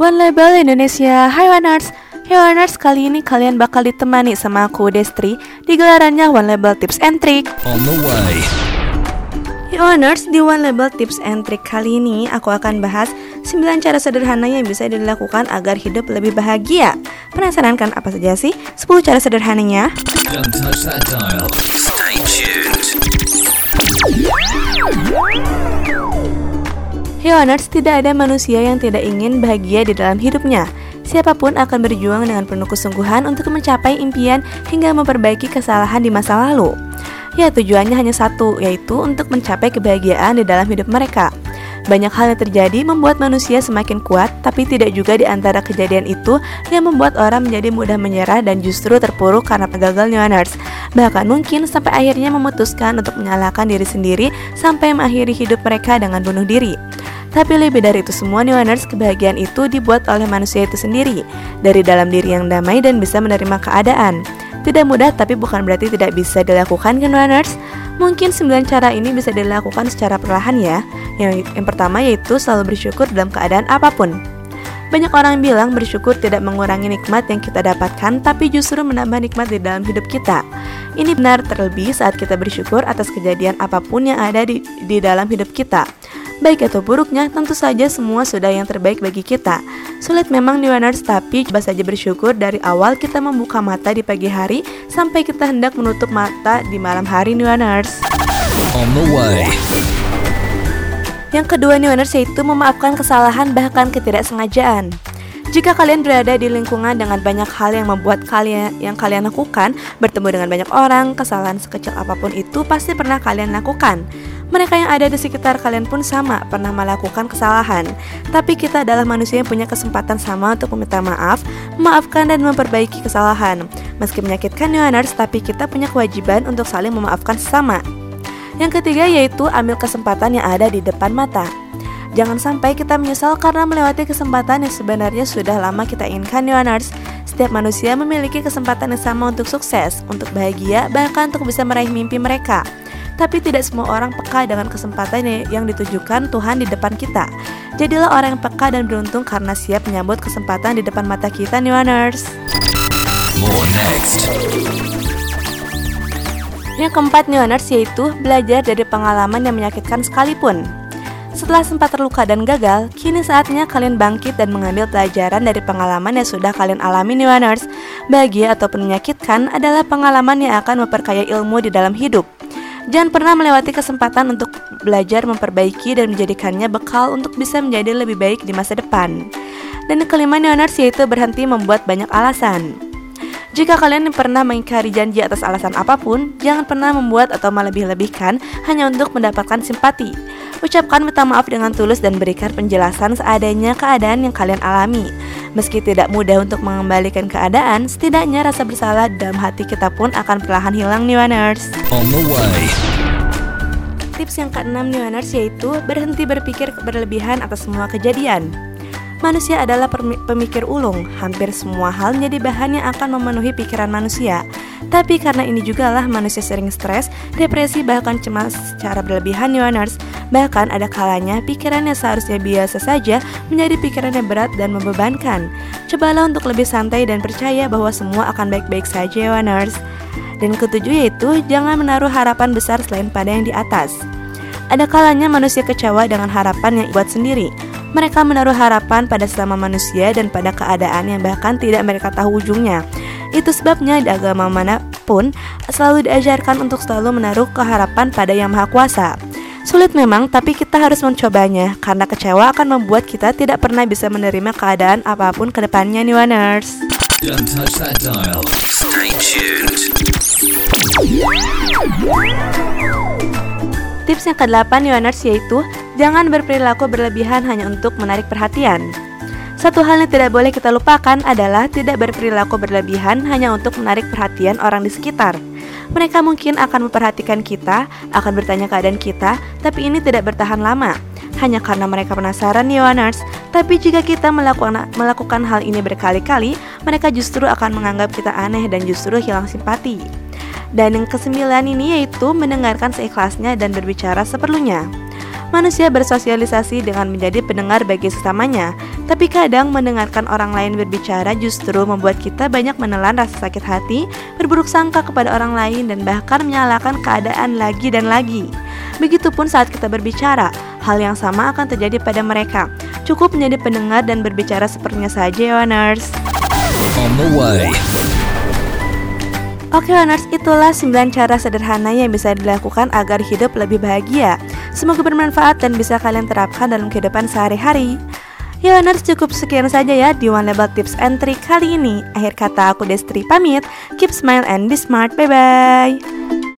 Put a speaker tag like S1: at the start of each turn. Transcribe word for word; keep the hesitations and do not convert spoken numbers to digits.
S1: One Label Indonesia. Hai Oners. Hey Oners, kali ini kalian bakal ditemani sama aku Destri di gelarannya One Label Tips and Trick.
S2: On the way.
S1: Hey Oners, di One Label Tips and Trick kali ini aku akan bahas sembilan cara sederhana yang bisa dilakukan agar hidup lebih bahagia. Penasaran kan apa saja sih sepuluh cara sederhananya?
S2: Don't touch that dial. Stay tuned.
S1: Hey Oners, tidak ada manusia yang tidak ingin bahagia di dalam hidupnya. Siapapun akan berjuang dengan penuh kesungguhan untuk mencapai impian hingga memperbaiki kesalahan di masa lalu. Ya, tujuannya hanya satu, yaitu untuk mencapai kebahagiaan di dalam hidup mereka. Banyak hal yang terjadi membuat manusia semakin kuat, tapi tidak juga di antara kejadian itu yang membuat orang menjadi mudah menyerah dan justru terpuruk karena gagal New Oners. Bahkan mungkin sampai akhirnya memutuskan untuk menyalahkan diri sendiri sampai mengakhiri hidup mereka dengan bunuh diri. Tapi lebih dari itu semua, New Oners, kebahagiaan itu dibuat oleh manusia itu sendiri, dari dalam diri yang damai dan bisa menerima keadaan. Tidak mudah, tapi bukan berarti tidak bisa dilakukan, kan New Oners? Mungkin sembilan cara ini bisa dilakukan secara perlahan ya. Yang, yang pertama yaitu selalu bersyukur dalam keadaan apapun. Banyak orang bilang bersyukur tidak mengurangi nikmat yang kita dapatkan, tapi justru menambah nikmat di dalam hidup kita. Ini benar terlebih saat kita bersyukur atas kejadian apapun yang ada di, di dalam hidup kita. Baik atau buruknya, tentu saja semua sudah yang terbaik bagi kita. Sulit memang New Oners, tapi coba saja bersyukur dari awal kita membuka mata di pagi hari sampai kita hendak menutup mata di malam hari, New Oners.
S2: On the way.
S1: Yang kedua, New Oners, yaitu memaafkan kesalahan bahkan ketidaksengajaan. Jika kalian berada di lingkungan dengan banyak hal yang membuat kalian yang kalian lakukan, bertemu dengan banyak orang, kesalahan sekecil apapun itu pasti pernah kalian lakukan. Mereka yang ada di sekitar kalian pun sama, pernah melakukan kesalahan. Tapi kita adalah manusia yang punya kesempatan sama untuk meminta maaf, memaafkan dan memperbaiki kesalahan. Meski menyakitkan New Oners, tapi kita punya kewajiban untuk saling memaafkan sesama. Yang ketiga yaitu ambil kesempatan yang ada di depan mata. Jangan sampai kita menyesal karena melewati kesempatan yang sebenarnya sudah lama kita inginkan, New Oners. Setiap manusia memiliki kesempatan yang sama untuk sukses, untuk bahagia, bahkan untuk bisa meraih mimpi mereka. Tapi tidak semua orang peka dengan kesempatan yang ditujukan Tuhan di depan kita. Jadilah orang yang peka dan beruntung karena siap menyambut kesempatan di depan mata kita, New Oners.
S2: More next.
S1: Yang keempat, New Oners, yaitu belajar dari pengalaman yang menyakitkan sekalipun. Setelah sempat terluka dan gagal, kini saatnya kalian bangkit dan mengambil pelajaran dari pengalaman yang sudah kalian alami, New Oners. Bahagia ataupun menyakitkan adalah pengalaman yang akan memperkaya ilmu di dalam hidup. Jangan pernah melewati kesempatan untuk belajar memperbaiki dan menjadikannya bekal untuk bisa menjadi lebih baik di masa depan. Dan yang kelima, New Oners, yaitu berhenti membuat banyak alasan. Jika kalian pernah mengingkari janji atas alasan apapun, jangan pernah membuat atau melebih-lebihkan hanya untuk mendapatkan simpati. Ucapkan minta maaf dengan tulus dan berikan penjelasan seadanya keadaan yang kalian alami. Meski tidak mudah untuk mengembalikan keadaan, setidaknya rasa bersalah dalam hati kita pun akan perlahan hilang, New Oners.
S2: On the way.
S1: Tips yang keenam, New Oners, yaitu berhenti berpikir berlebihan atas semua kejadian. Manusia adalah pemikir ulung. Hampir semua hal menjadi bahan yang akan memenuhi pikiran manusia. Tapi karena ini jugalah manusia sering stres, depresi, bahkan cemas secara berlebihan, New Oners. Bahkan ada kalanya pikiran yang seharusnya biasa saja menjadi pikiran yang berat dan membebankan. Cobalah untuk lebih santai dan percaya bahwa semua akan baik-baik saja, New Oners. Dan ketujuh yaitu jangan menaruh harapan besar selain pada yang di atas. Ada kalanya manusia kecewa dengan harapan yang buat sendiri. Mereka menaruh harapan pada sesama manusia dan pada keadaan yang bahkan tidak mereka tahu ujungnya. Itu sebabnya di agama manapun selalu diajarkan untuk selalu menaruh keharapan pada Yang Maha Kuasa. Sulit memang, tapi kita harus mencobanya, karena kecewa akan membuat kita tidak pernah bisa menerima keadaan apapun ke depannya, New Oners.
S2: Don't touch that dial. Stay tuned.
S1: Tips yang kedelapan, New Oners, yaitu jangan berperilaku berlebihan hanya untuk menarik perhatian. Satu hal yang tidak boleh kita lupakan adalah tidak berperilaku berlebihan hanya untuk menarik perhatian orang di sekitar. Mereka mungkin akan memperhatikan kita, akan bertanya keadaan kita, tapi ini tidak bertahan lama. Hanya karena mereka penasaran, New Oners. Tapi jika kita melakukan, melakukan hal ini berkali-kali, mereka justru akan menganggap kita aneh dan justru hilang simpati. Dan yang kesembilan ini yaitu mendengarkan seikhlasnya dan berbicara seperlunya. Manusia bersosialisasi dengan menjadi pendengar bagi sesamanya, Tapi kadang mendengarkan orang lain berbicara justru membuat kita banyak menelan rasa sakit hati, berburuk sangka kepada orang lain, dan bahkan menyalahkan keadaan lagi dan lagi. Begitupun saat kita berbicara, hal yang sama akan terjadi pada mereka. Cukup menjadi pendengar dan berbicara sepertinya saja ya Oners.
S2: On the way.
S1: Oke Oners, itulah sembilan cara sederhana yang bisa dilakukan agar hidup lebih bahagia. Semoga bermanfaat dan bisa kalian terapkan dalam kehidupan sehari-hari. Ya Oners, cukup sekian saja ya di One Label Tips and Trick kali ini. Akhir kata aku Destri pamit. Keep smile and be smart. Bye-bye.